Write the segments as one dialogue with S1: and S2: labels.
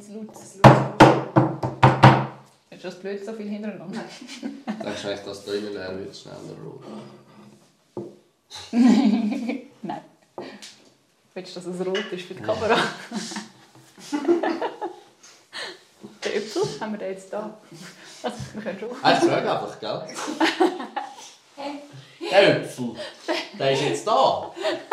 S1: zu laut. Ist das blöd, so viel hintereinander?
S2: Denkst du eigentlich, dass da innen leer wird, schneller rot?
S1: Nein. Willst du, dass es rot ist für die Kamera? Den Äpfel haben wir den jetzt da. Also, wir können schon.
S2: Ich frage einfach, gell? Der Äpfel, der ist jetzt da.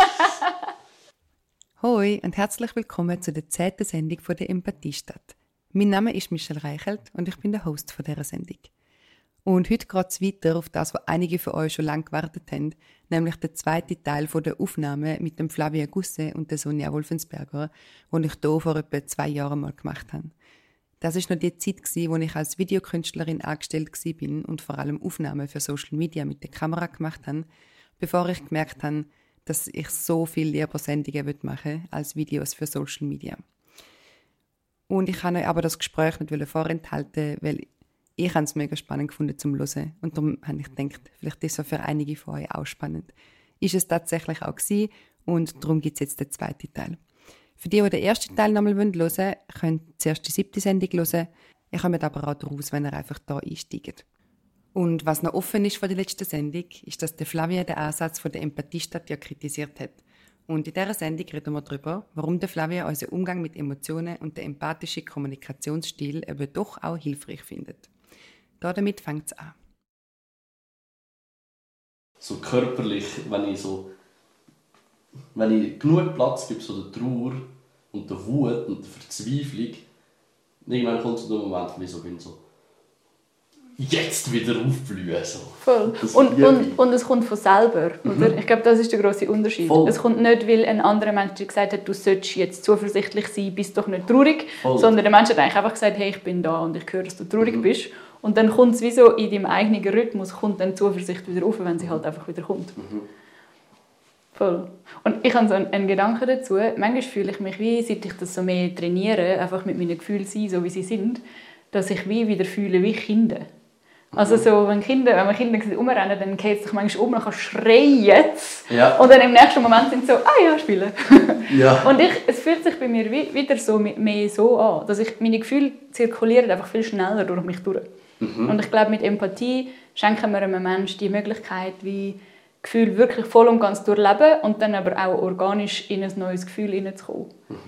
S3: Hoi und herzlich willkommen zu der 10. Sendung von der Empathiestadt. Mein Name ist Michelle Reichelt und ich bin der Host von dieser Sendung. Und heute geht es weiter auf das, was einige von euch schon lange gewartet haben, nämlich der zweite Teil von der Aufnahme mit dem Flavia Gusse und der Sonja Wolfensberger, den ich hier vor etwa 2 Jahren mal gemacht habe. Das war noch die Zeit, wo ich als Videokünstlerin angestellt war und vor allem Aufnahmen für Social Media mit der Kamera gemacht habe, bevor ich gemerkt habe, dass ich so viel lieber Sendungen machen will als Videos für Social Media. Und ich habe euch aber das Gespräch nicht vorenthalten, weil ich es mega spannend gefunden zum Hören. Und darum habe ich gedacht, vielleicht ist es für einige von euch auch spannend. Ist es tatsächlich auch gewesen, und darum gibt es jetzt den zweiten Teil. Für die den ersten Teil nochmal hören wollen, könnt ihr zuerst die 7. Sendung hören. Ihr kommt aber auch daraus, wenn ihr einfach da einsteigt. Und was noch offen ist von der letzten Sendung, ist, dass der Flavia den Ansatz von der Empathiestadt ja kritisiert hat. Und in dieser Sendung reden wir darüber, warum der Flavia unseren Umgang mit Emotionen und den emphathischen Kommunikationsstil eben doch auch hilfreich findet. Damit fängt es an.
S2: So körperlich, wenn ich genug Platz gebe, so der Trauer und der Wut und der Verzweiflung, irgendwann kommt so der Moment, wo ich so bin, so jetzt wieder aufblühen. So.
S1: Voll. Und es kommt von selber, oder? Ich glaube, das ist der grosse Unterschied. Voll. Es kommt nicht, weil ein anderer Mensch dir gesagt hat, du sollst jetzt zuversichtlich sein, bist doch nicht traurig, Voll. Sondern der Mensch hat eigentlich einfach gesagt, hey, ich bin da und ich höre, dass du traurig bist. Und dann kommt es wie so in deinem eigenen Rhythmus, kommt dann die Zuversicht wieder auf, wenn sie halt einfach wieder kommt. Voll. Und ich habe so einen Gedanken dazu. Manchmal fühle ich mich wie, seit ich das so mehr trainiere, einfach mit meinen Gefühlen sein, so wie sie sind, dass ich wie wieder fühle wie Kinder. Also so, wenn man Kinder rumrennen, dann geht es sich manchmal um und kann schreien jetzt. Ja. Und dann im nächsten Moment sind sie so, spielen. Ja. Und es fühlt sich bei mir wieder so mehr so an, dass meine Gefühle zirkulieren einfach viel schneller durch mich durch. Und ich glaube, mit Empathie schenken wir einem Menschen die Möglichkeit, wie Gefühl wirklich voll und ganz durchleben und dann aber auch organisch in ein neues Gefühl hineinzukommen.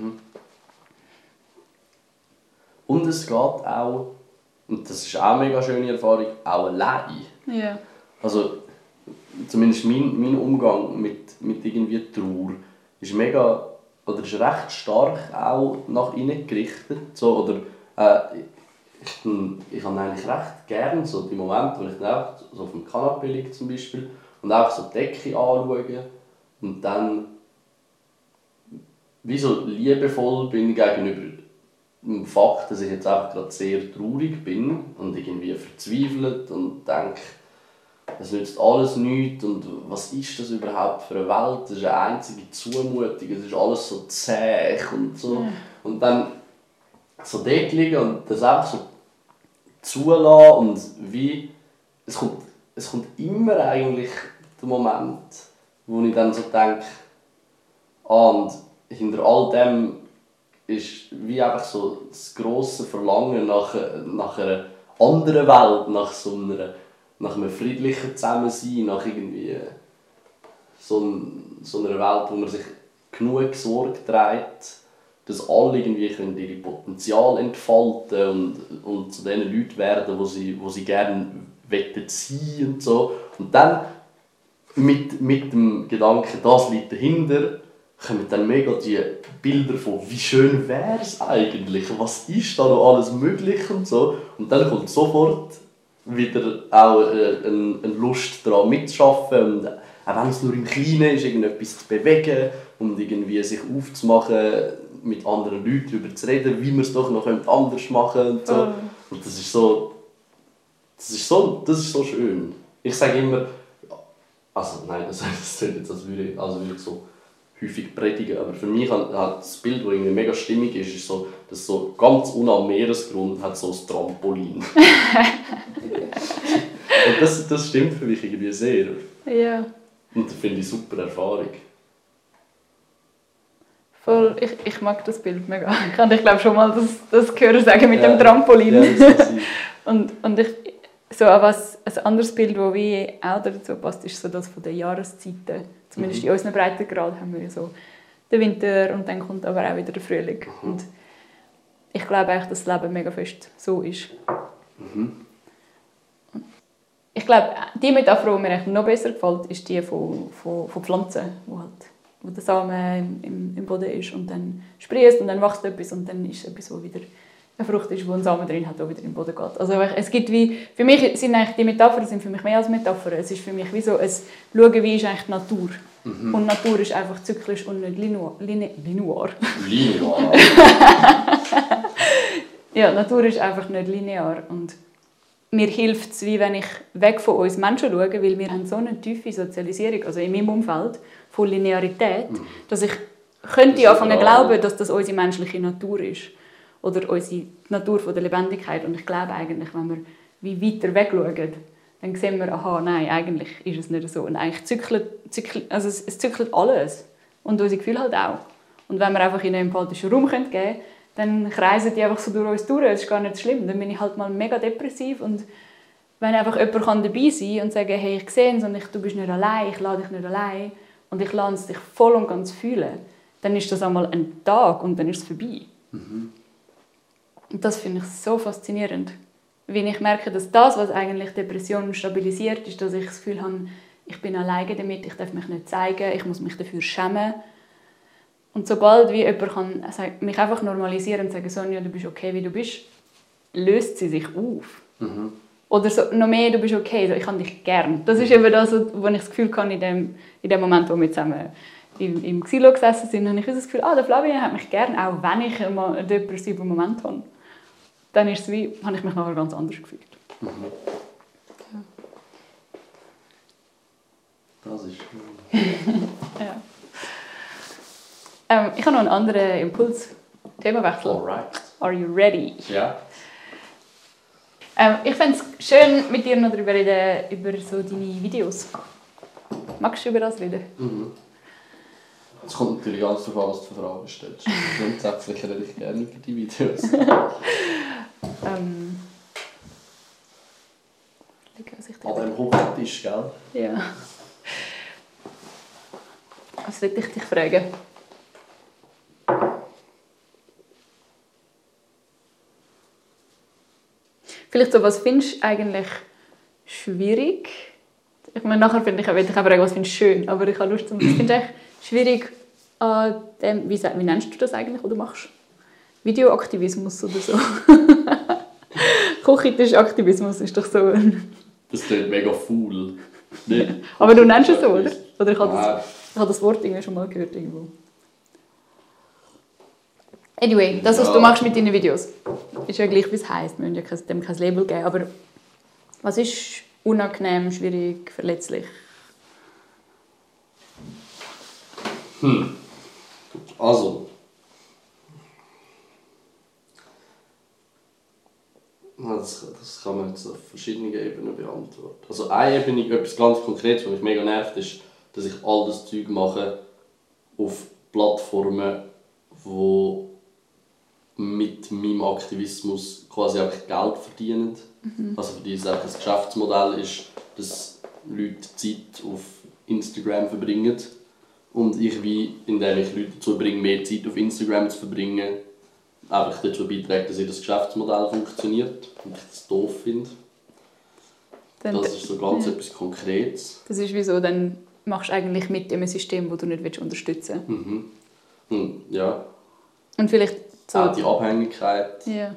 S2: Und es geht auch, und das ist auch eine mega schöne Erfahrung, auch allein.
S1: Yeah.
S2: Also zumindest mein Umgang mit irgendwie Trauer ist mega, oder ist recht stark auch nach innen gerichtet. So, oder ich habe eigentlich recht gerne so die Momente, wo ich dann einfach so auf dem Kanapee liege zum Beispiel und einfach so die Decke anschaue und dann wie so liebevoll bin gegenüber dem Fakt, dass ich jetzt einfach gerade sehr traurig bin und irgendwie verzweifelt und denke, es nützt alles nichts und was ist das überhaupt für eine Welt? Das ist eine einzige Zumutung, es ist alles so zäh und so. Und dann so dort liegen und das einfach so zulassen und wie es kommt immer eigentlich der Moment, wo ich dann so denke, und hinter all dem ist wie einfach so das grosse Verlangen nach einer anderen Welt, nach einem friedlichen Zusammensein, nach irgendwie so einer Welt, wo man sich genug Sorge trägt, dass alle irgendwie ihr Potenzial entfalten und zu den Leuten werden, wo sie gerne sein und so. Und dann mit dem Gedanken, das liegt dahinter, kommen dann mega die Bilder von, wie schön wäre es eigentlich, was ist da noch alles möglich und so. Und dann kommt sofort wieder auch eine Lust daran mitzuarbeiten und auch wenn es nur im Kleinen ist, irgendetwas zu bewegen und irgendwie sich aufzumachen, mit anderen Leuten darüber zu reden, wie man es doch noch anders machen könnte und so. Und das ist so schön. Ich sage immer, also nein, das klingt jetzt, als würde ich so häufig predigen, aber für mich hat das Bild, das irgendwie mega stimmig ist so, dass so ganz am Meeresgrund hat so ein Trampolin. Und das stimmt für mich irgendwie sehr.
S1: Ja.
S2: Und das finde ich eine super Erfahrung.
S1: Voll, ich mag das Bild mega. Ich habe glaube schon mal das gehört sagen mit dem Trampolin.
S2: Ja, das
S1: und ich, so ein anderes Bild, das wie auch dazu passt, ist so das von den Jahreszeiten. Zumindest in unseren Breitengrad haben wir so den Winter und dann kommt aber auch wieder der Frühling. Und ich glaube eigentlich, dass das Leben mega fest so ist. Ich glaube, die Metapher, die mir eigentlich noch besser gefällt, ist die von Pflanzen, wo der Samen im Boden ist und dann sprießt und dann wächst etwas und dann ist etwas, wo wieder eine Frucht ist, wo ein Samen drin hat, der wieder in den Boden geht. Also es gibt wie, für mich sind eigentlich die Metaphern sind für mich mehr als Metaphern. Es ist für mich wie so ein Schauen, wie ist eigentlich die Natur. Und Natur ist einfach zyklisch und nicht linear. Linear. Ja, Natur ist einfach nicht linear und mir hilft es, wie wenn ich weg von uns Menschen schaue, weil wir haben so eine tiefe Sozialisierung, also in meinem Umfeld, von Linearität, dass ich könnte anfangen zu glauben, dass das unsere menschliche Natur ist. Oder unsere Natur von der Lebendigkeit. Und ich glaube eigentlich, wenn wir wie weiter weg schauen, dann sehen wir, aha, nein, eigentlich ist es nicht so. Und eigentlich zykelt es zykelt alles. Und unsere Gefühle halt auch. Und wenn wir einfach in einen empathischen Raum geben können, dann kreisen die einfach so durch uns durch. Das ist gar nicht schlimm. Dann bin ich halt mal mega depressiv. Und wenn einfach jemand dabei sein kann und sagen, hey, ich sehe es und du bist nicht allein, ich lade dich nicht allein und ich lasse dich voll und ganz fühlen, dann ist das einmal ein Tag und dann ist es vorbei. Und das finde ich so faszinierend. Weil ich merke, dass das, was eigentlich Depressionen stabilisiert, ist, dass ich das Gefühl habe, ich bin alleine damit, ich darf mich nicht zeigen, ich muss mich dafür schämen. Und sobald wie jemand kann mich einfach normalisieren und sagen, Sonja, du bist okay, wie du bist, löst sie sich auf. Oder so, noch mehr, du bist okay, so, ich habe dich gern. Das ist eben das, wo ich das Gefühl habe, in dem Moment, wo wir zusammen im Xylo gesessen sind, habe ich das Gefühl, der Flavien hat mich gern, auch wenn ich mal einen depressiven Moment habe. Dann ist es wie, habe ich mich nachher ganz anders gefühlt.
S2: Das ist schön.
S1: Ja. Ich habe noch einen anderen Impuls. Themawechsel.
S2: Alright.
S1: Are you ready?
S2: Ja.
S1: Ich fände es schön, mit dir noch darüber reden, über so deine Videos. Magst du über das reden?
S2: Es kommt natürlich ganz darauf an, was du für Fragen stellst. Grundsätzlich rede ich gerne über die Videos. Aber im Hochtisch, gell?
S1: Ja. Was will ich dich fragen? Vielleicht so, was findest du eigentlich schwierig? Ich meine, nachher will ich aber fragen, was findest du schön? Aber ich habe Lust, was findest du eigentlich schwierig an dem, wie nennst du das eigentlich, was du machst? Videoaktivismus oder so? Küchentischaktivismus ist doch so ein...
S2: Das klingt mega faul.
S1: Aber du nennst es so, oder? Oder ich habe das Wort irgendwie schon mal gehört irgendwo. Anyway, das, was du machst mit deinen Videos, ist ja gleich, wie es heisst. Wir müssen ja dem kein Label geben. Aber was ist unangenehm, schwierig, verletzlich?
S2: Also. Das kann man jetzt auf verschiedenen Ebenen beantworten. Also eine Ebene, etwas ganz Konkretes, was mich mega nervt, ist, dass ich all das Zeug mache auf Plattformen, wo mit meinem Aktivismus quasi einfach Geld verdienen. Also für die es einfach ein Geschäftsmodell ist, dass Leute Zeit auf Instagram verbringen und ich wie, indem ich Leute dazu bringe, mehr Zeit auf Instagram zu verbringen, einfach dazu beitrage, dass das Geschäftsmodell funktioniert und ich das doof finde. Das ist so ganz etwas Konkretes.
S1: Das ist wieso, dann machst du eigentlich mit in einem System, das du nicht unterstützen willst.
S2: Ja.
S1: Und vielleicht so...
S2: Auch die Abhängigkeit.
S1: Ja.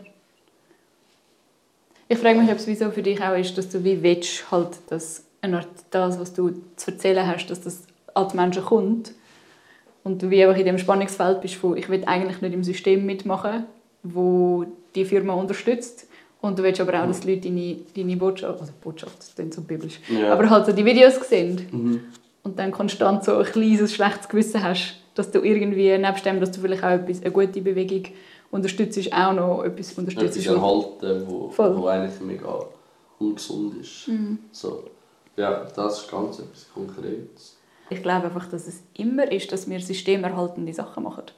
S1: Ich frage mich, ob es wieso für dich auch ist, dass du wie willst, halt, dass das, was du zu erzählen hast, dass das an die Menschen kommt. Und du wie einfach in dem Spannungsfeld bist, wo ich will eigentlich nicht im System mitmachen, wo die Firma unterstützt. Und du willst aber auch, dass die Leute deine Botschaft, also Botschaft, das klingt so biblisch, aber halt so die Videos sehen. Und dann konstant so ein kleines, schlechtes Gewissen hast, dass du irgendwie, nebst dem, dass du vielleicht auch eine gute Bewegung unterstützt, auch noch etwas unterstützt.
S2: Etwas erhalten, wo eigentlich mega ungesund ist. So. Ja, das ist ganz etwas Konkretes.
S1: Ich glaube einfach, dass es immer ist, dass wir systemerhaltende Sachen machen.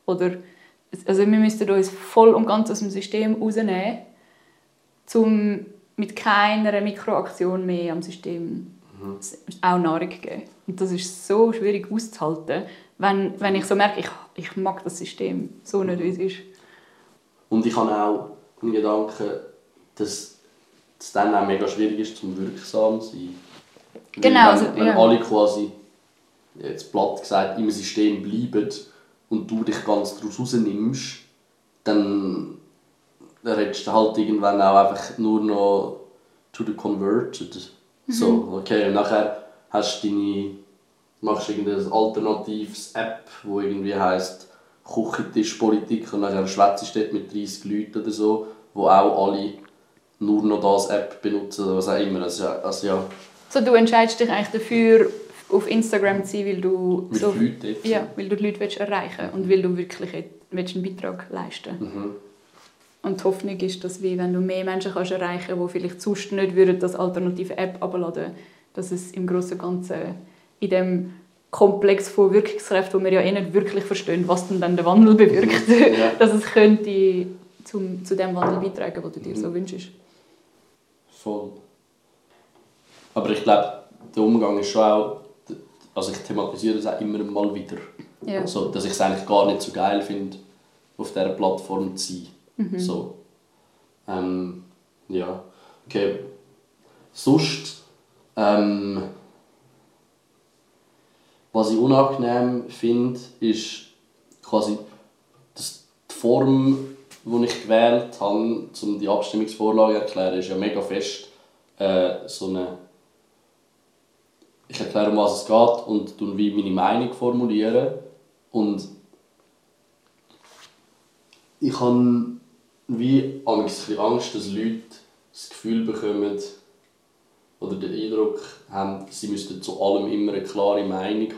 S1: Oder, also wir müssten uns voll und ganz aus dem System rausnehmen, um mit keiner Mikroaktion mehr am System auch Nahrung zu geben. Und das ist so schwierig auszuhalten, wenn ich so merke, ich mag das System so nicht, wie es ist.
S2: Und ich habe auch den Gedanken, dass es dann auch mega schwierig ist, zum wirksam zu sein.
S1: Genau.
S2: Wenn alle quasi, jetzt platt gesagt, im System bleiben und du dich ganz daraus rausnimmst, dann redest du halt irgendwann auch einfach nur noch to the converted. So, okay, und nachher machst du irgendeine alternatives App, wo irgendwie heisst Küchentischpolitik und nachher schwätzt du dort mit 30 Leuten oder so, wo auch alle nur noch diese App benutzen oder was auch immer.
S1: So, du entscheidest dich eigentlich dafür, auf Instagram zu sein, weil du weil du die Leute erreichen willst und weil du wirklich einen Beitrag leisten willst. Und die Hoffnung ist, dass wenn du mehr Menschen erreichen kannst, die vielleicht sonst nicht würden, das alternative App herunterladen, dass es im Großen und Ganzen in dem Komplex von Wirkungskräften, wo wir ja nicht wirklich verstehen, was denn dann der Wandel bewirkt, dass es könnte zu dem Wandel beitragen, den du dir so wünschst.
S2: Voll. Aber ich glaube, der Umgang ist schon auch, also ich thematisiere es auch immer mal wieder. Ja. Also, dass ich es eigentlich gar nicht so geil finde, auf dieser Plattform zu sein. So. Ja. Okay. Sonst, was ich unangenehm finde, ist quasi dass die Form, die ich gewählt habe, um die Abstimmungsvorlage zu erklären, ist ja mega fest ich erkläre, um was es geht und wie meine Meinung formulieren. Und ich habe wie ein bisschen Angst, dass Leute das Gefühl bekommen oder den Eindruck haben, sie müssten zu allem immer eine klare Meinung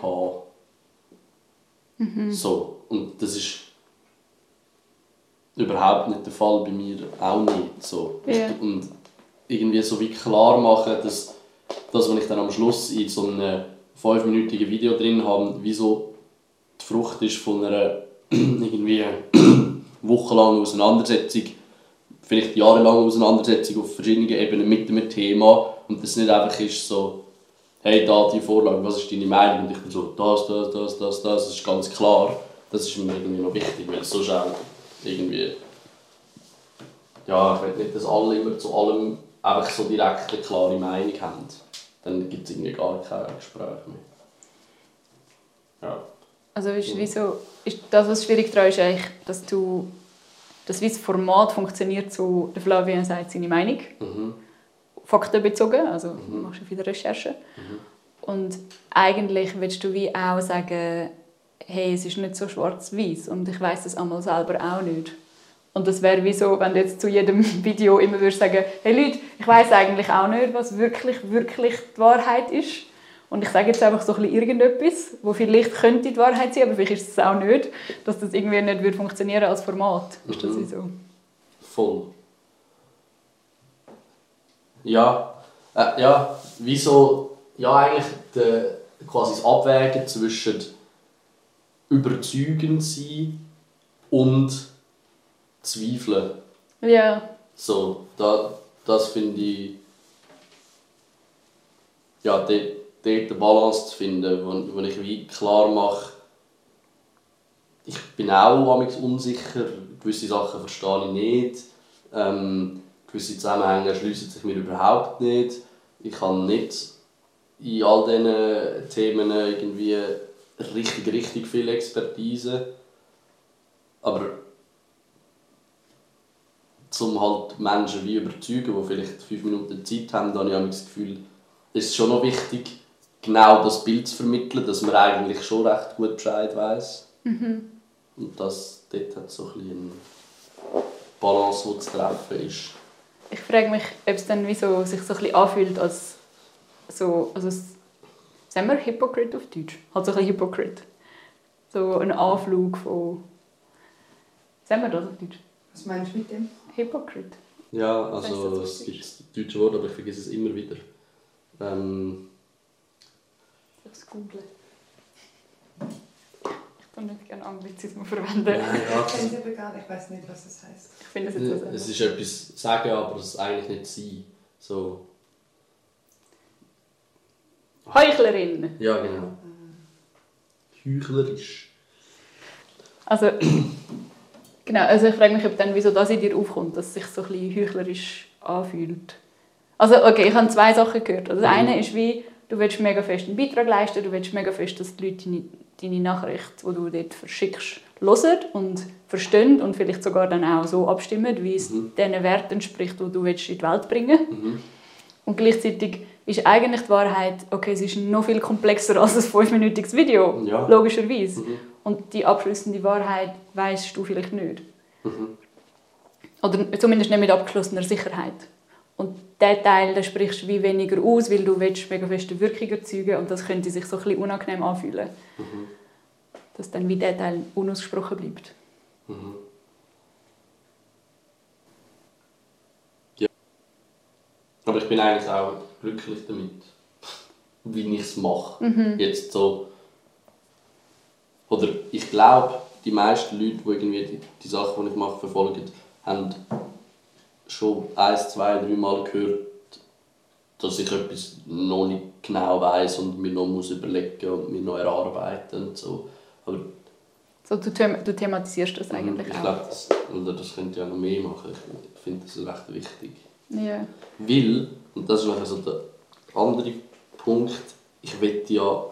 S2: haben. So. Und das ist überhaupt nicht der Fall, bei mir auch nicht. So. Yeah. Und irgendwie so wie klar machen, dass das, was ich dann am Schluss in so einem 5-minütigen Video drin habe, wie so die Frucht ist von einer irgendwie wochenlangen Auseinandersetzung, vielleicht jahrelange Auseinandersetzung auf verschiedenen Ebenen mit einem Thema und das nicht einfach ist so, hey, da die Vorlage, was ist deine Meinung? Und ich bin so, das ist ganz klar. Das ist mir irgendwie noch wichtig, weil es sonst auch irgendwie, ja, ich will nicht, dass alle immer zu allem einfach so direkt eine klare Meinung haben. Dann gibt es irgendwie gar kein Gespräch mehr. Ja.
S1: Also wieso ist das, was schwierig daran ist, eigentlich, dass das Format funktioniert so, der Flavien sagt seine Meinung, faktenbezogen, also du machst viele Recherchen. Und eigentlich willst du wie auch sagen, hey, es ist nicht so schwarz-weiß und ich weiss das einmal selber auch nicht. Und das wäre wie so, wenn du jetzt zu jedem Video immer würdest sagen, hey Leute, ich weiss eigentlich auch nicht, was wirklich die Wahrheit ist. Und ich sage jetzt einfach so ein bisschen irgendetwas, wo vielleicht könnte die Wahrheit sein, aber vielleicht ist es auch nicht, dass das irgendwie nicht würde funktionieren als Format. Ist das so?
S2: Voll. Ja, wieso? Ja, eigentlich quasi das Abwägen zwischen überzeugend sein und zweifeln.
S1: Ja.
S2: So, das finde ich, ja, dort eine Balance zu finden, wo ich wie klar mache, ich bin auch manchmal unsicher, gewisse Sachen verstehe ich nicht, gewisse Zusammenhänge erschliessen sich mir überhaupt nicht, ich kann nicht in all diesen Themen irgendwie richtig viel Expertise, aber um halt Menschen wie überzeugen, die vielleicht 5 Minuten Zeit haben, dann habe ich das Gefühl, es ist schon noch wichtig, genau das Bild zu vermitteln, dass man eigentlich schon recht gut Bescheid weiss. Und dass dort hat so ein bisschen eine Balance, die zu treffen ist.
S1: Ich frage mich, ob es dann wie so, sich so ein bisschen anfühlt als so, also sagen wir Hypocrite auf Deutsch? Halt so ein bisschen Hypocrite. So ein Anflug von... Sagen wir das auf Deutsch?
S3: Was meinst du mit dem?
S1: Hypocrite.
S2: Ja, also es gibt das deutsche Wort, aber ich vergesse es immer wieder. Ich
S1: das googeln. kann nicht gerne Anglizismen verwenden.
S2: Nein, ja,
S3: Ich kenne sie gar nicht, ich weiß nicht, was das heisst.
S1: Ich finde es jetzt so.
S2: Es ist etwas sagen, aber es eigentlich nicht sein. So.
S1: Heuchlerin.
S2: Ja, genau. Heuchlerisch.
S1: Also, genau, also ich frage mich, ob dann, wieso das in dir aufkommt, dass es sich so ein bisschen heuchlerisch anfühlt. Also, okay, ich habe 2 Sachen gehört. Also, das eine ist wie, du willst mega fest einen Beitrag leisten, du willst mega fest, dass die Leute deine Nachricht, die du dort verschickst, hören und verstehen und vielleicht sogar dann auch so abstimmen, wie es diesen Werten entspricht, die du in die Welt bringen willst. Und gleichzeitig ist eigentlich die Wahrheit, okay, es ist noch viel komplexer als ein 5-minütiges Video,
S2: ja.
S1: logischerweise. Und die abschließende Wahrheit weisst du vielleicht nicht. Oder zumindest nicht mit abgeschlossener Sicherheit. Und diesen Teil den sprichst du wie weniger aus, weil du mega feste Wirkung erzeugen und das könnte sich so ein bisschen unangenehm anfühlen. Dass dann wie dieser Teil unausgesprochen bleibt.
S2: Ja. Aber ich bin eigentlich auch glücklich damit, wie ich es mache. Jetzt so. Oder ich glaube, die meisten Leute, die irgendwie die Sachen, die ich mache, verfolgen, haben schon 1, 2, 3 Mal gehört, dass ich etwas noch nicht genau weiss und mir noch überlegen und mir noch erarbeiten und so. Aber
S1: so, du thematisierst das eigentlich
S2: ich
S1: auch.
S2: glaube, das könnte ich auch noch mehr machen. Ich finde das recht wichtig.
S1: Ja.
S2: Weil, und das ist nachher so der andere Punkt, ich will ja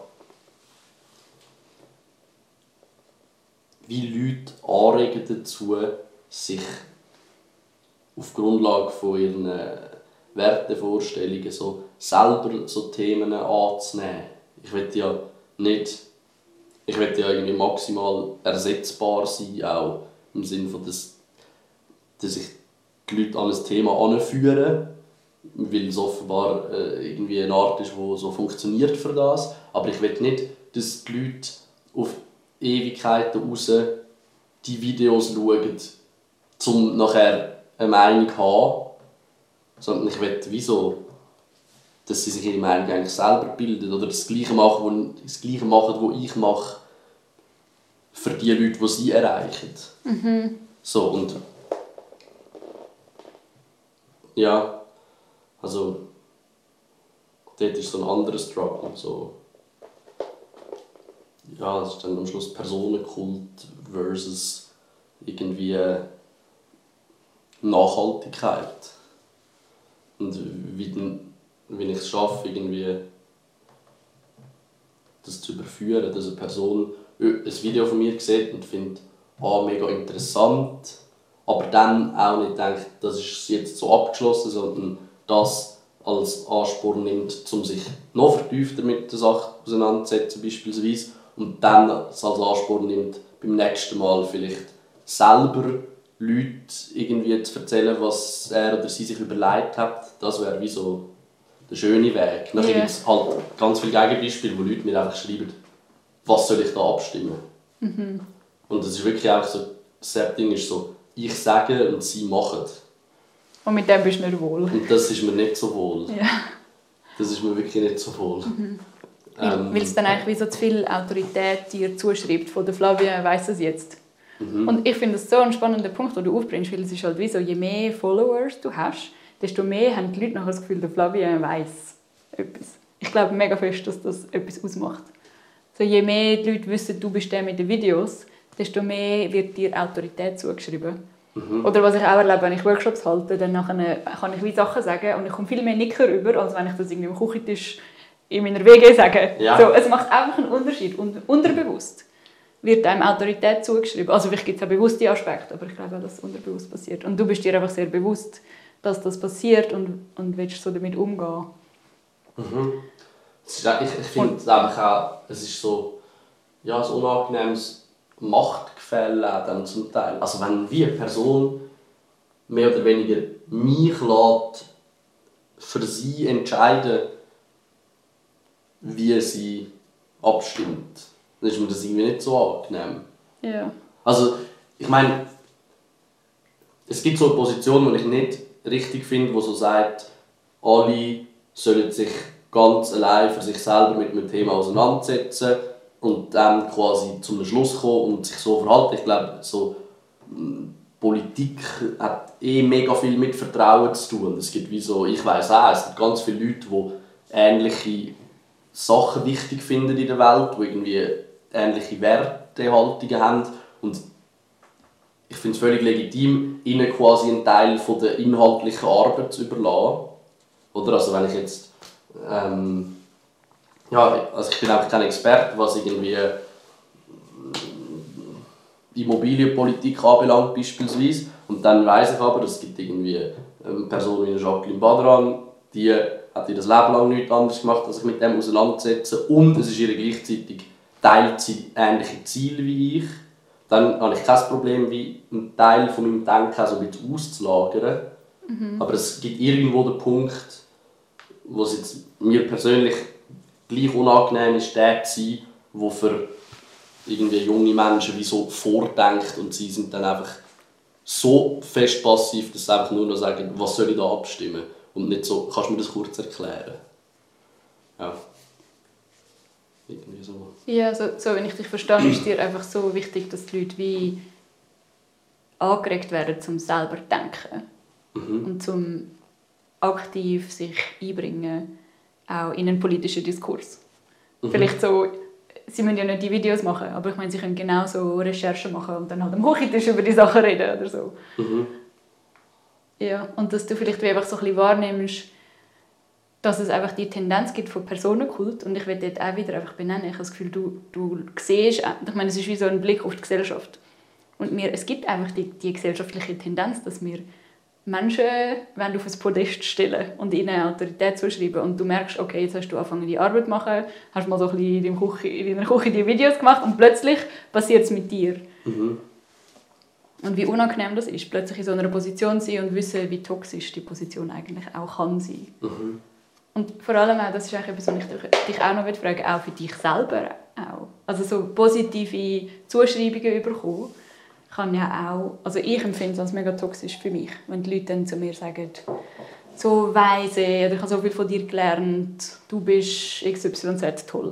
S2: wie Leute anregen dazu, sich auf Grundlage von ihren Wertevorstellungen so selber so Themen anzunehmen. Ich will ja irgendwie maximal ersetzbar sein, auch im Sinne von, dass ich die Leute an ein Thema heranführe, weil es offenbar irgendwie eine Art ist, die so funktioniert für das. Aber ich will nicht, dass die Leute auf Ewigkeiten raus die Videos schauen, um nachher eine Meinung zu haben, sondern ich will, dass sie sich ihre Meinung eigentlich selber bilden oder das Gleiche machen, was ich mache, für die Leute, die sie erreichen. So, und ja, also dort ist so ein anderer Struggle. So. Ja, das ist dann am Schluss Personenkult versus irgendwie Nachhaltigkeit. Und wie ich es schaffe, irgendwie das zu überführen, dass eine Person ein Video von mir sieht und findet, mega interessant, aber dann auch nicht denkt, das ist jetzt so abgeschlossen, sondern das als Ansporn nimmt, um sich noch vertiefter mit der Sache auseinanderzusetzen beispielsweise, und dann es als Ansporn nimmt, beim nächsten Mal vielleicht selber Leuten irgendwie zu erzählen, was er oder sie sich überlegt hat. Das wäre wie so der schöne Weg. Dann gibt es halt ganz viele Gegenbeispiele, wo Leute mir einfach schreiben, was soll ich da abstimmen. Und das ist wirklich auch so, das Setting ist so, ich sage und sie machen.
S1: Und mit dem bist du nicht wohl.
S2: Und das ist mir nicht so wohl.
S1: Ja.
S2: Das ist mir wirklich nicht so wohl.
S1: Weil es dann eigentlich wie so zu viel Autorität dir zuschreibt. Von der Flavia weiss es jetzt. Und ich finde das so ein spannender Punkt, den du aufbringst, weil es ist halt wie so, je mehr Followers du hast, desto mehr haben die Leute nachher das Gefühl, der Flavia weiss etwas. Ich glaube mega fest, dass das etwas ausmacht. So, je mehr die Leute wissen, du bist der mit den Videos, desto mehr wird dir Autorität zugeschrieben. Oder was ich auch erlebe, wenn ich Workshops halte, dann kann ich wie Sachen sagen und ich komme viel mehr Nicker über, als wenn ich das irgendwie am Küchentisch in meiner WG sage.
S2: Ja.
S1: So, es macht einfach einen Unterschied. Und unterbewusst wird einem Autorität zugeschrieben. Also vielleicht gibt es auch bewusste Aspekte, aber ich glaube auch, dass es unterbewusst passiert. Und du bist dir einfach sehr bewusst, dass das passiert und willst so damit umgehen.
S2: Ich finde einfach auch, es ist so ein unangenehmes Machtgefälle dann zum Teil. Also wenn wie eine Person mehr oder weniger mich lässt, für sie entscheiden, wie sie abstimmt, dann ist mir das irgendwie nicht so angenehm.
S1: Ja.
S2: Also, ich meine, es gibt so eine Position, die ich nicht richtig finde, die so sagt, alle sollen sich ganz allein für sich selber mit einem Thema auseinandersetzen und dann quasi zum Schluss kommen und sich so verhalten. Ich glaube, so Politik hat mega viel mit Vertrauen zu tun. Es gibt wie so, ich weiss auch, es gibt ganz viele Leute, die ähnliche Sachen wichtig finden in der Welt, die irgendwie ähnliche Wertehaltungen haben. Und ich finde es völlig legitim, ihnen quasi einen Teil von der inhaltlichen Arbeit zu überlassen. Oder? Also wenn ich jetzt also ich bin einfach kein Experte, was irgendwie Immobilienpolitik anbelangt beispielsweise. Und dann weiss ich aber, es gibt irgendwie eine Person wie Jacqueline Badran, die hat ihr das Leben lang nichts anderes gemacht, als sich mit dem auseinandersetzen. Und es ist ihr gleichzeitig teilt sie ähnliche Ziele wie ich. Dann habe ich kein Problem, wie einen Teil von meinem Denken so ein bisschen auszulagern. Aber es gibt irgendwo den Punkt, wo es jetzt mir persönlich gleich unangenehm ist, der zu sein, der für irgendwie junge Menschen wie so vordenkt und sie sind dann einfach so fest passiv, dass sie einfach nur noch sagen, was soll ich da abstimmen? Und nicht so, kannst du mir das kurz erklären? Ja. Irgendwie so.
S1: Ja, so wenn ich dich verstehe, ist dir einfach so wichtig, dass die Leute wie angeregt werden, zum selber zu denken. Und zum aktiv sich einbringen, auch in einen politischen Diskurs. Vielleicht so, sie müssen ja nicht die Videos machen, aber ich meine, sie können genauso Recherchen machen und dann halt am Küchentisch über die Sachen reden oder so. Ja, und dass du vielleicht wie einfach so ein bisschen wahrnimmst, dass es einfach die Tendenz gibt von Personenkult. Und ich will dort auch wieder einfach benennen, ich habe das Gefühl, du siehst, ich meine, es ist wie so ein Blick auf die Gesellschaft. Und es gibt einfach die gesellschaftliche Tendenz, dass wir Menschen auf ein Podest stellen und ihnen Autorität zuschreiben. Und du merkst, okay, jetzt hast du angefangen, die Arbeit zu machen, hast mal so ein bisschen in deiner Küche die Videos gemacht und plötzlich passiert es mit dir. Und wie unangenehm das ist, plötzlich in so einer Position zu sein und wissen, wie toxisch die Position eigentlich auch kann sein. Und vor allem auch, das ist eigentlich etwas, was ich dich auch noch fragen will, auch für dich selber auch. Also so positive Zuschreibungen bekommen, kann ja auch, also ich empfinde es als mega toxisch für mich, wenn die Leute dann zu mir sagen, so weise, oder ich habe so viel von dir gelernt, du bist XYZ toll.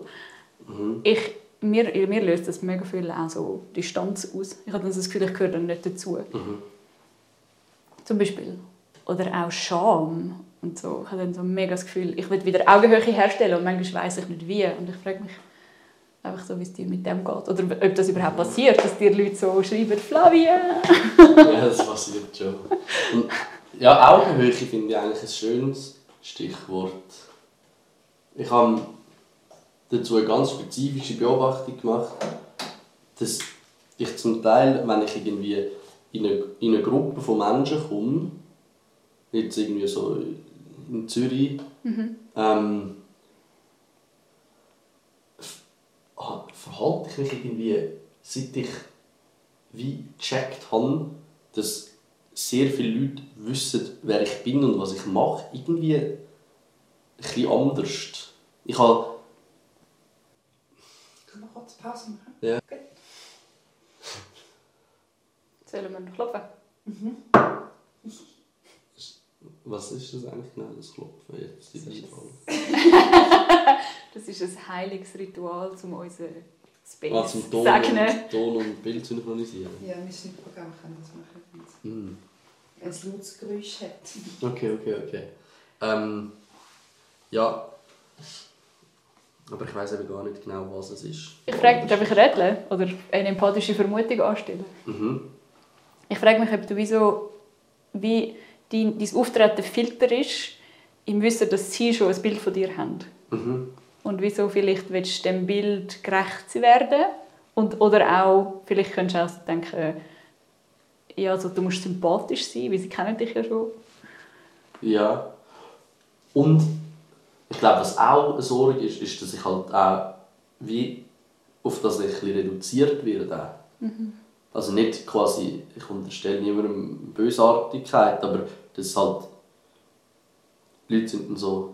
S1: Mir löst das mega viel auch so Distanz aus. Ich habe dann das Gefühl, ich gehöre dann nicht dazu. Zum Beispiel. Oder auch Scham und so. Ich habe dann so mega das Gefühl, ich will wieder Augenhöhe herstellen und manchmal weiss ich nicht wie. Und ich frage mich einfach so, wie es dir mit dem geht. Oder ob das überhaupt passiert, dass dir Leute so schreiben, «Flavia!»
S2: Ja, das passiert schon. Und ja, Augenhöhe finde ich eigentlich ein schönes Stichwort. Ich habe dazu eine ganz spezifische Beobachtung gemacht, dass ich zum Teil, wenn ich irgendwie in eine Gruppe von Menschen komme, jetzt irgendwie so in Zürich, verhalte ich mich irgendwie, seit ich wie gecheckt habe, dass sehr viele Leute wissen, wer ich bin und was ich mache, irgendwie ein bisschen anders. Ich habe...
S3: Können wir kurz Pause machen?
S2: Ja.
S3: Okay.
S1: Sollen wir noch klopfen?
S2: Was ist das eigentlich genau, das Klopfen jetzt?
S1: Das ist ein heiliges Ritual, um unseren Space
S2: zum
S1: zu segnen.
S2: Ton und Bild synchronisieren?
S3: Ja, wir sind Programm können das machen. Wenn es lautes Geräusch hat.
S2: Okay. Ja. Aber ich weiss eben gar nicht genau, was es ist.
S1: Ich frage dich, ob ich rätseln oder eine empathische Vermutung anstellen. Ich frage mich, ob du wie dein Auftreten Filter ist, im Wissen, dass sie schon ein Bild von dir haben. Und wieso vielleicht willst du dem Bild gerecht werden oder auch, vielleicht könntest du auch denken, ja, also du musst sympathisch sein, weil sie kennen dich ja schon.
S2: Ja. Und ich glaube, was auch eine Sorge ist, ist, dass ich halt auch wie auf das ein bisschen reduziert werde. Also nicht quasi, ich unterstelle niemandem Bösartigkeit, aber dass halt die Leute sind dann so,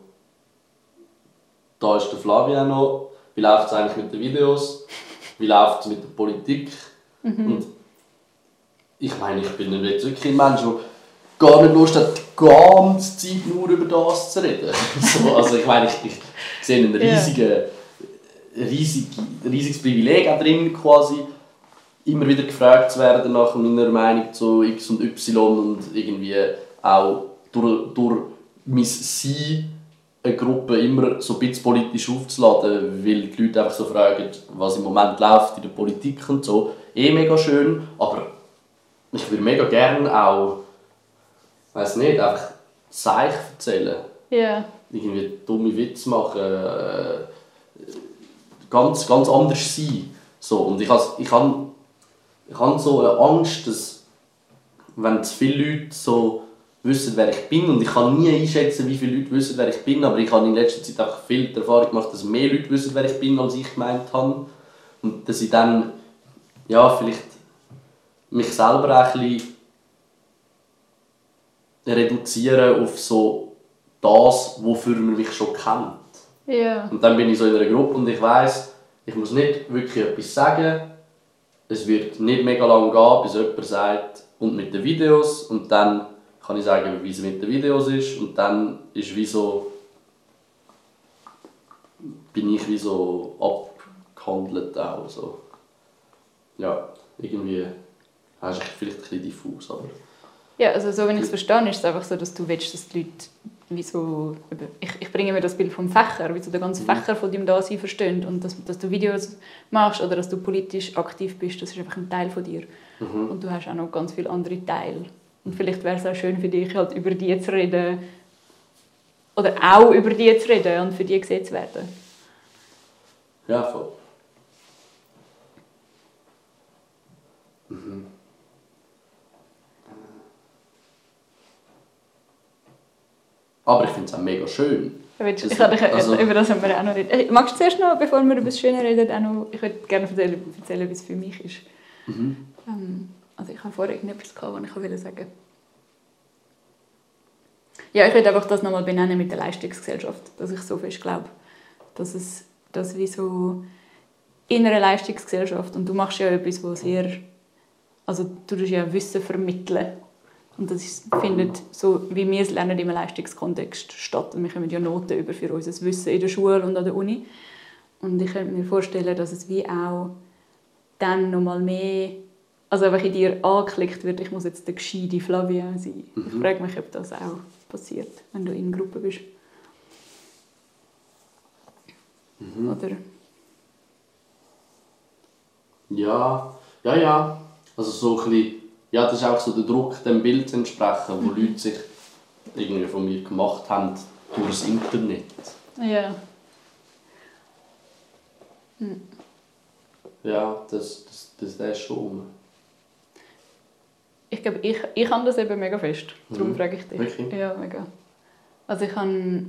S2: da ist der Flaviano, wie läuft es eigentlich mit den Videos, wie läuft es mit der Politik. Und ich meine, ich bin jetzt wirklich ein Mensch, der gar nicht Lust hat, die ganze Zeit nur über das zu reden. Also ich meine, ich sehe einen riesigen riesiges Privileg auch drin, quasi immer wieder gefragt zu werden nach meiner Meinung zu X und Y und irgendwie auch durch mein Sein eine Gruppe immer so ein bisschen politisch aufzuladen, weil die Leute einfach so fragen, was im Moment läuft in der Politik und so. Mega schön, aber ich würde mega gerne auch, weiss nicht, einfach Seich erzählen.
S1: Yeah.
S2: Irgendwie dumme Witze machen, ganz anders sein. So, und ich habe so eine Angst, dass wenn zu viele Leute so wissen, wer ich bin, und ich kann nie einschätzen, wie viele Leute wissen, wer ich bin, aber ich habe in letzter Zeit einfach viel die Erfahrung gemacht, dass mehr Leute wissen, wer ich bin, als ich gemeint habe. Und dass ich dann vielleicht mich selber auch ein bisschen reduziere auf so das, wofür man mich schon kennt.
S1: Yeah.
S2: Und dann bin ich so in einer Gruppe und ich weiss, ich muss nicht wirklich etwas sagen. Es wird nicht mega lang gehen, bis jemand sagt, und mit den Videos, und dann kann ich sagen, wie es mit den Videos ist, und dann ist wie so, bin ich wie so abgehandelt auch. So. Ja, irgendwie, das ist vielleicht ein bisschen diffus, aber...
S1: Ja, also so, wenn ich es verstehe, ist es einfach so, dass du willst, dass die Leute wie so, ich bringe mir das Bild vom Fächer, wie so der ganze Fächer von deinem Dasein verstehen, und dass du Videos machst oder dass du politisch aktiv bist, das ist einfach ein Teil von dir. Und du hast auch noch ganz viele andere Teile. Und vielleicht wäre es auch schön für dich, halt über die zu reden oder auch über die zu reden und für die gesehen zu werden.
S2: Ja, voll. Mhm. Aber ich finde es auch mega schön.
S1: Über das haben wir auch noch reden. Magst du zuerst noch, bevor wir über das Schöne reden, ich würde gerne erzählen, wie es für mich ist.
S2: Mhm.
S1: Also ich habe vorher irgendetwas gehabt, was ich sagen wollte. Ja, ich würde einfach das nochmal benennen mit der Leistungsgesellschaft, dass ich so fest glaube, dass wie so in einer Leistungsgesellschaft, und du machst ja etwas, wo sehr, also du tust ja Wissen vermitteln. Und das findet, so wie wir es lernen, im Leistungskontext statt. Und wir kommen ja Noten über für unser Wissen in der Schule und an der Uni. Und ich könnte mir vorstellen, dass es wie auch dann noch mal mehr, also einfach in dir angeklickt wird, ich muss jetzt der gescheite Flavia sein. Ich frage mich, ob das auch passiert, wenn du in einer Gruppe bist. Oder?
S2: Ja. Also so ein bisschen, ja, das ist auch so der Druck, dem Bild zu entsprechen, wo Leute sich irgendwie von mir gemacht haben durch das Internet.
S1: Ja.
S2: Ja, das ist schon.
S1: Ich glaube, ich habe das eben mega fest. Darum frage ich dich.
S2: Wirklich?
S1: Ja, mega. Also ich habe...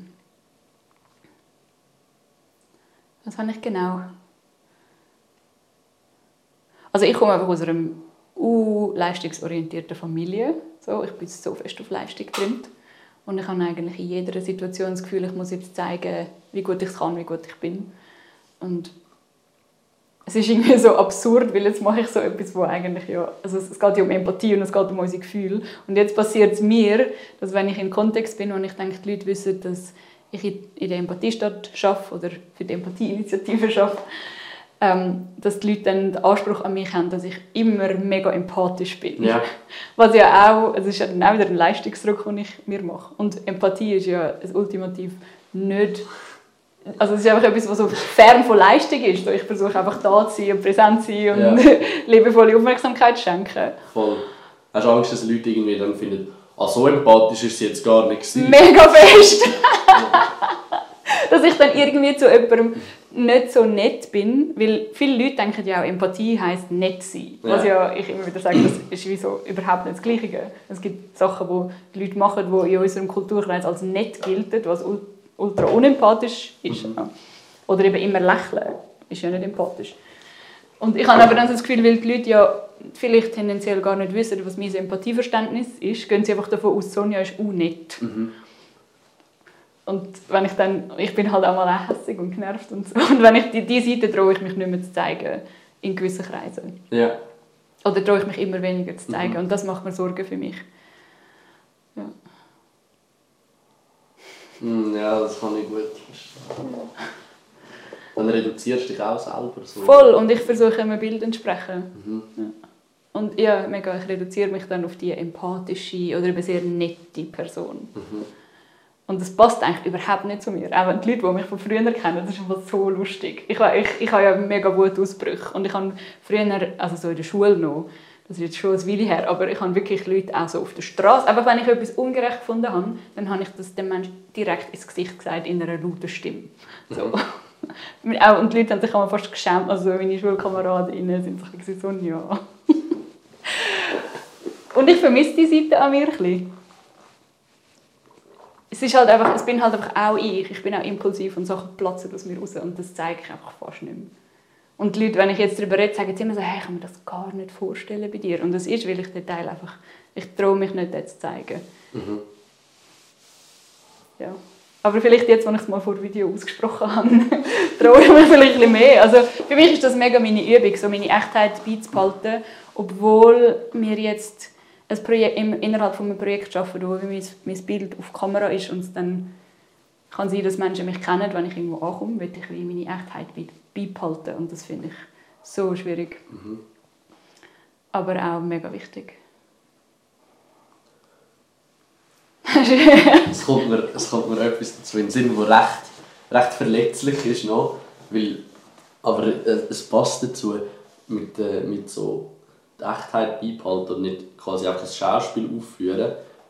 S1: Was habe ich genau? Also ich komme einfach aus einer leistungsorientierten Familie. So, ich bin so fest auf Leistung getrimmt. Und ich habe eigentlich in jeder Situation das Gefühl, ich muss jetzt zeigen, wie gut ich es kann, wie gut ich bin. Und es ist irgendwie so absurd, weil jetzt mache ich so etwas, wo eigentlich ja... Also es geht ja um Empathie und es geht um unsere Gefühle. Und jetzt passiert es mir, dass wenn ich in einem Kontext bin und ich denke, die Leute wissen, dass ich in der Empathiestadt arbeite oder für die Empathieinitiative arbeite, dass die Leute dann den Anspruch an mich haben, dass ich immer mega empathisch bin.
S2: Ja.
S1: Was ja auch, es ist ja dann auch wieder ein Leistungsdruck, den ich mir mache. Und Empathie ist ja ein ultimativ nicht... Also es ist einfach etwas, was so fern von Leistung ist. Ich versuche einfach da zu sein und präsent zu sein und liebevolle Aufmerksamkeit zu schenken.
S2: Voll. Hast du Angst, dass Leute irgendwie dann finden, so empathisch ist sie jetzt gar nicht gewesen?
S1: Mega fest! Dass ich dann irgendwie zu jemandem nicht so nett bin, weil viele Leute denken ja auch, Empathie heisst nett sein. Ja. Was ja ich immer wieder sage, das ist wie so überhaupt nicht das Gleiche. Es gibt Sachen, die Leute machen, die in unserem Kulturkreis als nett gelten, was ultra unempathisch ist. Oder eben immer lächeln, ist ja nicht empathisch. Und ich habe aber dann das Gefühl, weil die Leute ja vielleicht tendenziell gar nicht wissen, was mein Empathieverständnis ist, gehen sie einfach davon aus, Sonja ist nett. Und wenn ich bin halt auch mal auch hässig und genervt und so. Und wenn ich die Seite traue ich mich nicht mehr zu zeigen, in gewissen Kreisen.
S2: Ja.
S1: Oder traue ich mich immer weniger zu zeigen. Und das macht mir Sorgen für mich. Ja.
S2: Ja, das kann ich gut verstehen. Dann reduzierst du dich auch selber. So.
S1: Voll, und ich versuche immer Bild entsprechen. Ja. Und ja, mega, ich reduziere mich dann auf die empathische oder eben sehr nette Person. Und das passt eigentlich überhaupt nicht zu mir. Auch wenn die Leute, die mich von früher kennen, das ist einfach so lustig. Ich habe ja mega Wutausbrüche. Und ich habe früher, also so in der Schule noch, das ist jetzt schon eine Weile her, aber ich habe wirklich Leute auch so auf der Straße, einfach wenn ich etwas ungerecht gefunden habe, dann habe ich das dem Menschen direkt ins Gesicht gesagt, in einer lauten Stimme. So. Und die Leute haben sich fast geschämt, also meine Schulkameradinnen sind so, ja. Und ich vermisse die Seite an mir ein bisschen. Es bin halt einfach auch ich. Ich bin auch impulsiv und Sachen platzen aus mir raus und das zeige ich einfach fast nicht mehr. Und die Leute, wenn ich jetzt darüber rede, sagen immer so, hey, ich kann mir das gar nicht vorstellen bei dir. Und das ist, weil ich den Teil einfach, ich traue mich nicht, das zu zeigen. Ja. Aber vielleicht jetzt, wenn ich es mal vor Video ausgesprochen habe, traue ich mich vielleicht ein bisschen mehr. Also für mich ist das mega meine Übung, so meine Echtheit beizubehalten, obwohl wir jetzt ein Projekt, innerhalb von einem Projekt arbeiten, wo mein Bild auf Kamera ist und es dann kann sein, dass Menschen mich kennen, wenn ich irgendwo ankomme, will ich meine Echtheit beibehalten und das finde ich so schwierig. Aber auch mega wichtig.
S2: Es kommt mir etwas dazu in den Sinn, das recht verletzlich ist noch, aber es passt dazu mit so die Echtheit beibehalten und nicht quasi einfach ein Schauspiel aufführen.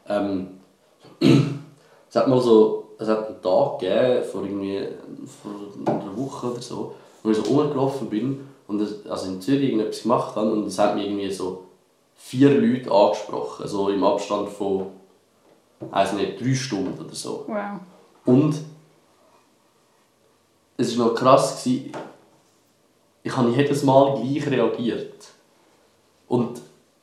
S2: Es hat einen Tag gegeben, vor einer Woche oder so, wo ich so rumgelaufen bin und in Zürich irgendetwas gemacht habe und es hat mich irgendwie so 4 Leute angesprochen, so im Abstand von 3 Stunden oder so.
S1: Wow.
S2: Und es war noch krass, ich habe jedes Mal gleich reagiert. Und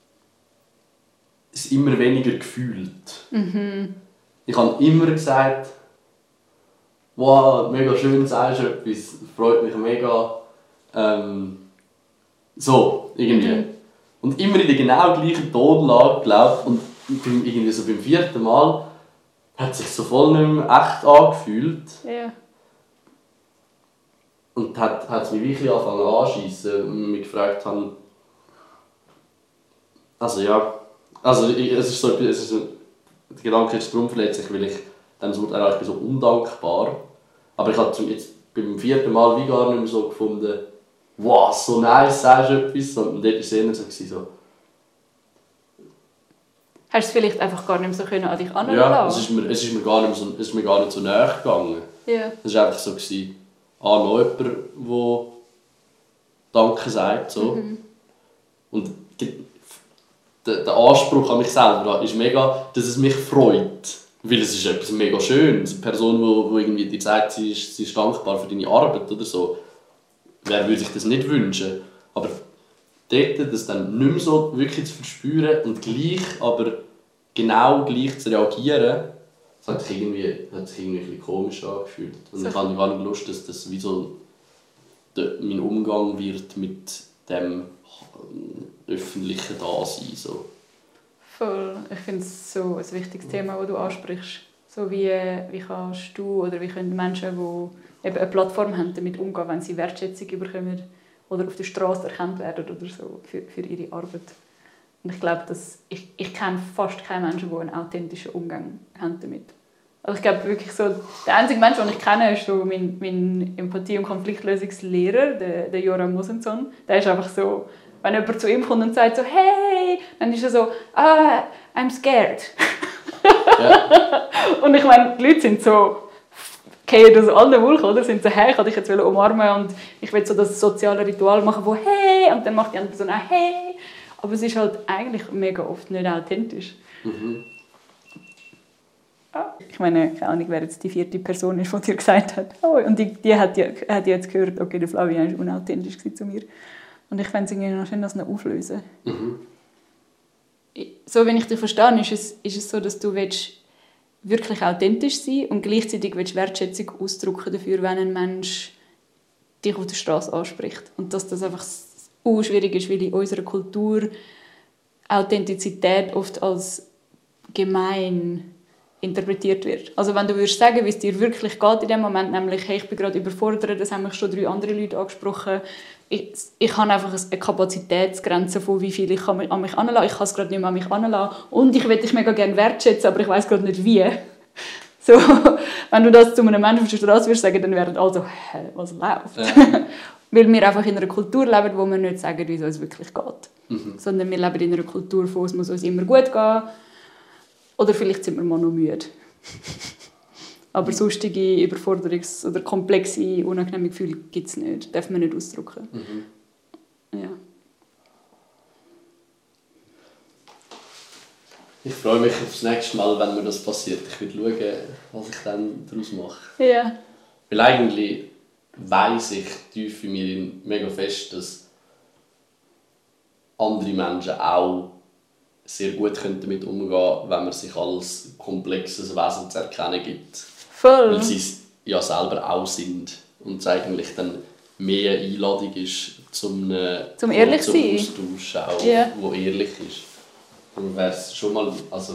S2: es immer weniger gefühlt. Ich habe immer gesagt, wow, mega schön, sagst du etwas, freut mich mega. So, irgendwie. Und immer in der genau gleichen Tonlage gelaufen. Und irgendwie so beim 4. Mal hat es sich so voll nicht mehr echt angefühlt.
S1: Yeah.
S2: Und hat es mich wirklich angefangen anzuschiessen und mich gefragt haben, es ist so, der Gedanke ist darum verletzlich, weil ich dann so, ich bin so undankbar. Aber ich habe jetzt beim 4. Mal wie gar nicht mehr so gefunden, wow, so nice, sagst du etwas, sondern dort war es eher so.
S1: Hast du es vielleicht einfach gar nicht mehr so an dich heranlassen?
S2: Ja, es ist mir gar nicht so nahe gegangen.
S1: Yeah.
S2: Es war einfach so, noch jemand, der Danke sagt. So. Und der Anspruch an mich selber ist mega, dass es mich freut. Weil es ist etwas mega Schönes. Eine Person, die irgendwie dir sagt, sie ist dankbar für deine Arbeit oder so. Wer würde sich das nicht wünschen? Aber dort, das dann nicht mehr so wirklich zu verspüren und gleich, aber genau gleich zu reagieren, das hat sich irgendwie ein bisschen komisch angefühlt. Und ich habe gar nicht Lust, dass das wie so mein Umgang wird mit dem öffentlichen Dasein. So.
S1: Voll. Ich finde es so ein wichtiges Thema, das du ansprichst. So wie kannst du oder wie können Menschen, die eben eine Plattform haben, damit umgehen, wenn sie Wertschätzung bekommen oder auf der Straße erkannt werden oder so für ihre Arbeit. Und ich glaube, ich kenne fast keine Menschen, die einen authentischen Umgang haben damit. Also ich glaube wirklich so, der einzige Mensch, den ich kenne, ist so mein Empathie- und Konfliktlösungslehrer, der Joram Mosenson. Der ist einfach so, wenn jemand zu ihm kommt und sagt so, hey, dann ist er so, I'm scared. Ja. Und ich meine, die Leute sind so, gehen aus allen Wolken, oder? Sind so, hey, ich wollte dich jetzt umarmen und ich will so das soziale Ritual machen, wo hey, und dann macht die andere Person auch hey. Aber es ist halt eigentlich mega oft nicht authentisch. Ich meine, keine Ahnung, wer jetzt die 4. Person ist, die dir gesagt hat. Oh, und die hat jetzt gehört, okay, der Flavian war unauthentisch zu mir. Und ich fände es irgendwie noch schön, das noch auflösen. So, wenn ich dich verstehe, ist es so, dass du wirklich authentisch sein und gleichzeitig Wertschätzung ausdrücken dafür, wenn ein Mensch dich auf der Straße anspricht. Und dass das einfach schwierig ist, weil in unserer Kultur Authentizität oft als gemein interpretiert wird. Also wenn du würdest sagen, wie es dir wirklich geht in dem Moment, nämlich hey, ich bin gerade überfordert, das haben mich schon 3 andere Leute angesprochen, ich habe einfach eine Kapazitätsgrenze von wie viel ich an mich heranlassen. Ich kann es gerade nicht mehr an mich heranlassen. Und ich würde dich mega gerne wertschätzen, aber ich weiß gerade nicht wie. So, wenn du das zu einem Menschen auf der Straße würdest sagen, dann wären alle so, hä, was läuft? Ja. Weil wir einfach in einer Kultur leben, wo wir nicht sagen, wie es uns wirklich geht. Sondern wir leben in einer Kultur, wo es muss uns immer gut gehen. Oder vielleicht sind wir mal noch müde. Aber sonstige Überforderungs- oder komplexe, unangenehme Gefühle gibt es nicht. Darf man nicht ausdrücken. Ja.
S2: Ich freue mich aufs nächste Mal, wenn mir das passiert. Ich will schauen, was ich dann daraus mache.
S1: Ja.
S2: Weil eigentlich weiss ich tief in mir mega fest, dass andere Menschen auch sehr gut damit umgehen können, wenn man sich als komplexes Wesen zu erkennen gibt.
S1: Voll.
S2: Weil sie es ja selber auch sind. Und es eigentlich dann mehr Einladung ist zum
S1: ehrlich sein.
S2: Austausch, auch,
S1: yeah.
S2: Wo ehrlich ist. Und wäre es schon mal, also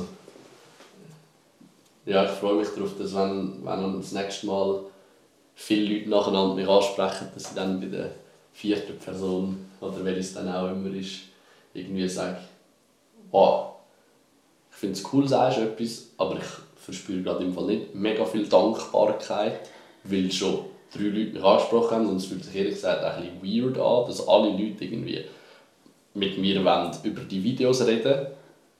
S2: ja, ich freue mich darauf, dass wenn das nächste Mal viele Leute nacheinander mich ansprechen, dass ich dann bei der 4. Person, oder wer es dann auch immer ist, irgendwie sage, oh, ich finde es cool, sagst du etwas, aber ich verspüre gerade im Fall nicht mega viel Dankbarkeit, weil schon 3 Leute mich angesprochen haben und es fühlt sich ehrlich gesagt ein bisschen weird an, dass alle Leute irgendwie mit mir über die Videos reden.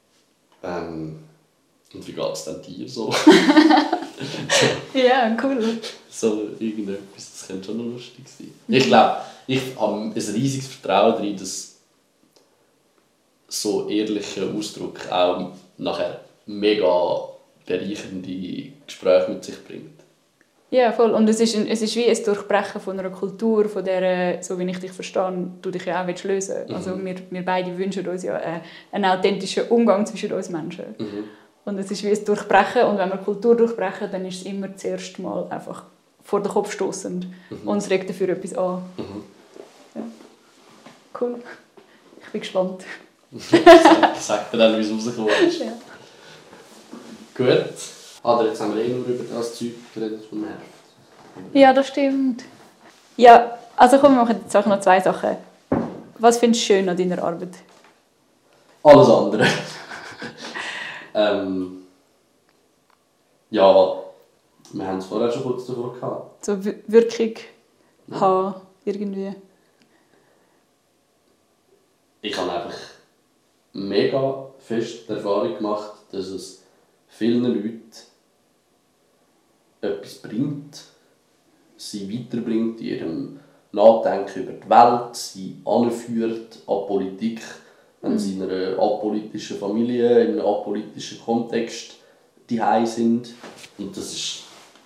S2: Und wie geht es denn dir so?
S1: Ja, cool.
S2: So irgendetwas, das könnte schon noch lustig sein. Ich glaube, ich habe ein riesiges Vertrauen darin, dass so ehrlicher Ausdruck auch nachher mega bereichernde Gespräche mit sich bringt.
S1: Ja, voll. Und es ist wie ein Durchbrechen von einer Kultur, von der, so wie ich dich verstehe, du dich ja auch lösen willst. Also wir beide wünschen uns ja einen authentischen Umgang zwischen uns Menschen. Und es ist wie ein Durchbrechen. Und wenn wir Kultur durchbrechen, dann ist es immer zuerst mal einfach vor den Kopf stossend. Und es regt dafür etwas an. Ja. Cool. Ich bin gespannt.
S2: Sag dir dann, wie es rausgekommen ist. Ja. Gut. Oder jetzt haben wir nur über das Zeug geredet, das nervt.
S1: Ja, das stimmt. Ja, also komm, wir machen jetzt noch 2 Sachen. Was findest du schön an deiner Arbeit?
S2: Alles andere. Ja, wir haben es vorher schon kurz davor gehabt.
S1: So Wirkung haben, irgendwie.
S2: Ich habe einfach mega fest die Erfahrung gemacht, dass es vielen Leuten etwas bringt, sie weiterbringt in ihrem Nachdenken über die Welt, sie anführt an Politik, wenn sie in einer apolitischen Familie, in einem apolitischen Kontext daheim sind. Und das ist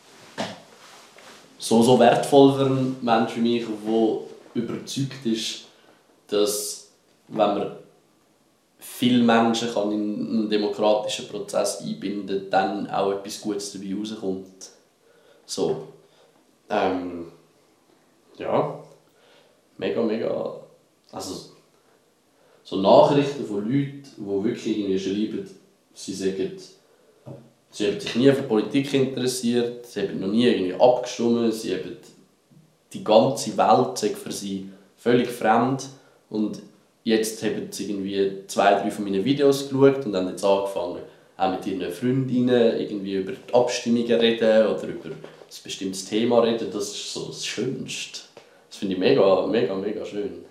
S2: so wertvoll für einen Menschen wie mich, der überzeugt ist, dass wenn man viele Menschen kann in einen demokratischen Prozess einbinden, dann auch etwas Gutes dabei rauskommt. So. Ja. Mega. Also, so Nachrichten von Leuten, die wirklich irgendwie schreiben, sie sagen, sie haben sich nie für Politik interessiert, sie haben noch nie irgendwie abgestimmt, sie haben die ganze Welt sei für sie völlig fremd und jetzt haben sie irgendwie 2, 3 von meinen Videos geschaut und haben jetzt angefangen, auch mit ihren Freundinnen irgendwie über die Abstimmungen reden oder über ein bestimmtes Thema reden. Das ist so das Schönste. Das finde ich mega schön.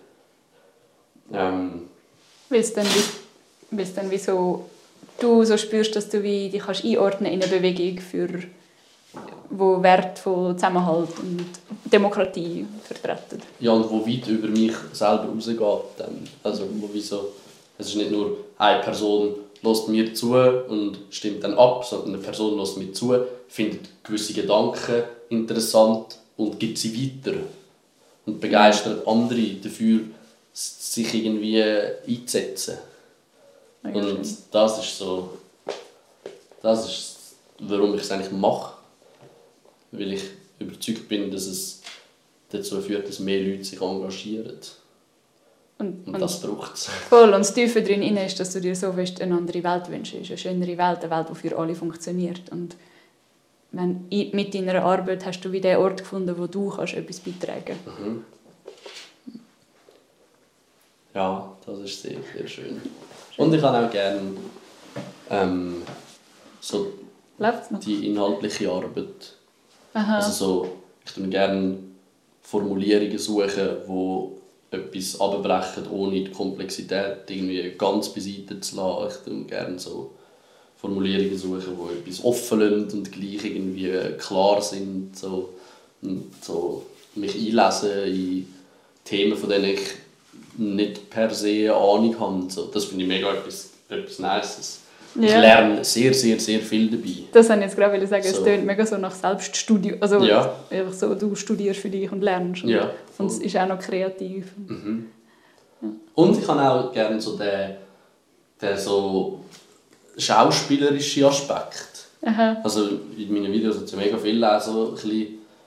S1: Weil es dann wie so, du so spürst, dass du wie dich kannst einordnen in eine Bewegung, wo Wert von Zusammenhalt und Demokratie vertreten.
S2: Ja, und wo weit über mich selber rausgeht. Also, es ist nicht nur eine Person hört mir zu und stimmt dann ab, sondern eine Person hört mir zu, findet gewisse Gedanken interessant und gibt sie weiter. Und begeistert andere dafür, sich irgendwie einzusetzen. Ja, und das ist warum ich es eigentlich mache. Weil ich überzeugt bin, dass es dazu führt, dass mehr Leute sich engagieren. Und das braucht es.
S1: Voll. Und das Tiefe drin ist, dass du dir so fest eine andere Welt wünschst. Eine schönere Welt, eine Welt, die für alle funktioniert. Und mit deiner Arbeit hast du wie den Ort gefunden, wo du kannst etwas beitragen kannst.
S2: Mhm. Ja, das ist sehr, sehr schön. Und ich habe auch gerne so die inhaltliche Arbeit.
S1: Aha.
S2: Also so, ich tue gerne Formulierungen suchen, die etwas abbrechen, ohne die Komplexität irgendwie ganz beiseite zu lassen. Ich tue gerne so Formulierungen suchen, die etwas offen lassen und gleich irgendwie klar sind. So, und so mich einlesen in Themen, von denen ich nicht per se eine Ahnung habe. So, das finde ich mega etwas Nices. Ja. Ich lerne sehr, sehr, sehr viel dabei.
S1: Das wollte ich jetzt gerade sagen. Es klingt mega so nach Selbststudium. Also
S2: ja.
S1: Einfach so, du studierst für dich und lernst. Und,
S2: ja,
S1: und es ist auch noch kreativ.
S2: Mhm. Ja. Und ich habe auch gerne so den so schauspielerischen Aspekt.
S1: Aha.
S2: Also in meinen Videos hat es ja mega viel auch so ein bisschen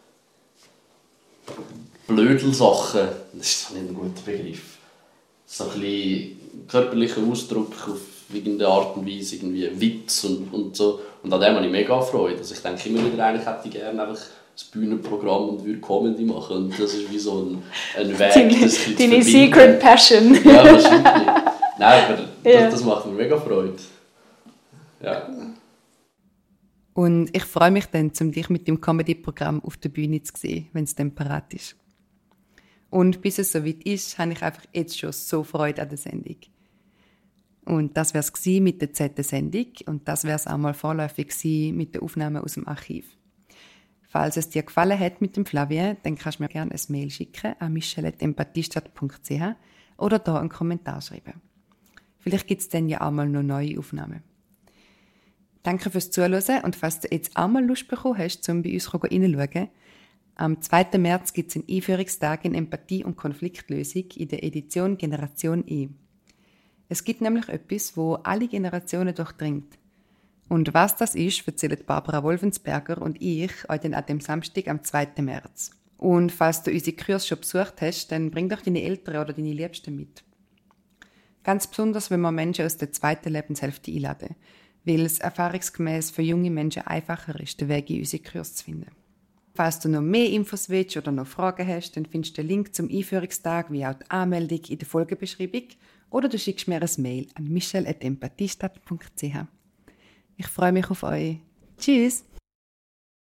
S2: Blödelsachen. Das ist nicht ein guter Begriff. So ein bisschen körperlicher Ausdruck auf irgendeine Art und Weise, irgendwie Witz und so. Und an dem habe ich mega Freude. Also ich denke immer wieder, eigentlich hätte ich gerne einfach ein Bühnenprogramm und würde Comedy machen. Und das ist wie so ein Weg, das zu
S1: deine Secret Passion.
S2: Ja, wahrscheinlich. Nein, aber das macht mir mega Freude. Ja.
S3: Und ich freue mich dann, dich mit dem Comedy-Programm auf der Bühne zu sehen, wenn es dann parat ist. Und bis es soweit ist, habe ich einfach jetzt schon so Freude an der Sendung. Und das wär's gsi mit der zweiten Sendung und das wär's auch mal vorläufig gsi mit der Aufnahme aus dem Archiv. Falls es dir gefallen hat mit dem Flavien, dann kannst du mir gerne ein Mail schicken an michelle@empathiestadt.ch oder da einen Kommentar schreiben. Vielleicht gibt's dann ja auch mal noch neue Aufnahmen. Danke fürs Zuhören und falls du jetzt auch mal Lust bekommen hast, um bei uns reinzuschauen, am 2. März gibt es einen Einführungstag in Empathie und Konfliktlösung in der Edition Generation E. Es gibt nämlich etwas, wo alle Generationen durchdringt. Und was das ist, erzählen Barbara Wolfensberger und ich euch dann an dem Samstag am 2. März. Und falls du unsere Kurs schon besucht hast, dann bring doch deine Eltern oder deine Liebsten mit. Ganz besonders, wenn wir Menschen aus der zweiten Lebenshälfte einladen, weil es erfahrungsgemäß für junge Menschen einfacher ist, den Weg in unsere Kurs zu finden. Falls du noch mehr Infos willst oder noch Fragen hast, dann findest du den Link zum Einführungstag wie auch die Anmeldung in der Folgebeschreibung oder du schickst mir ein Mail an michelle@empathiestadt.ch. Ich freue mich auf euch. Tschüss!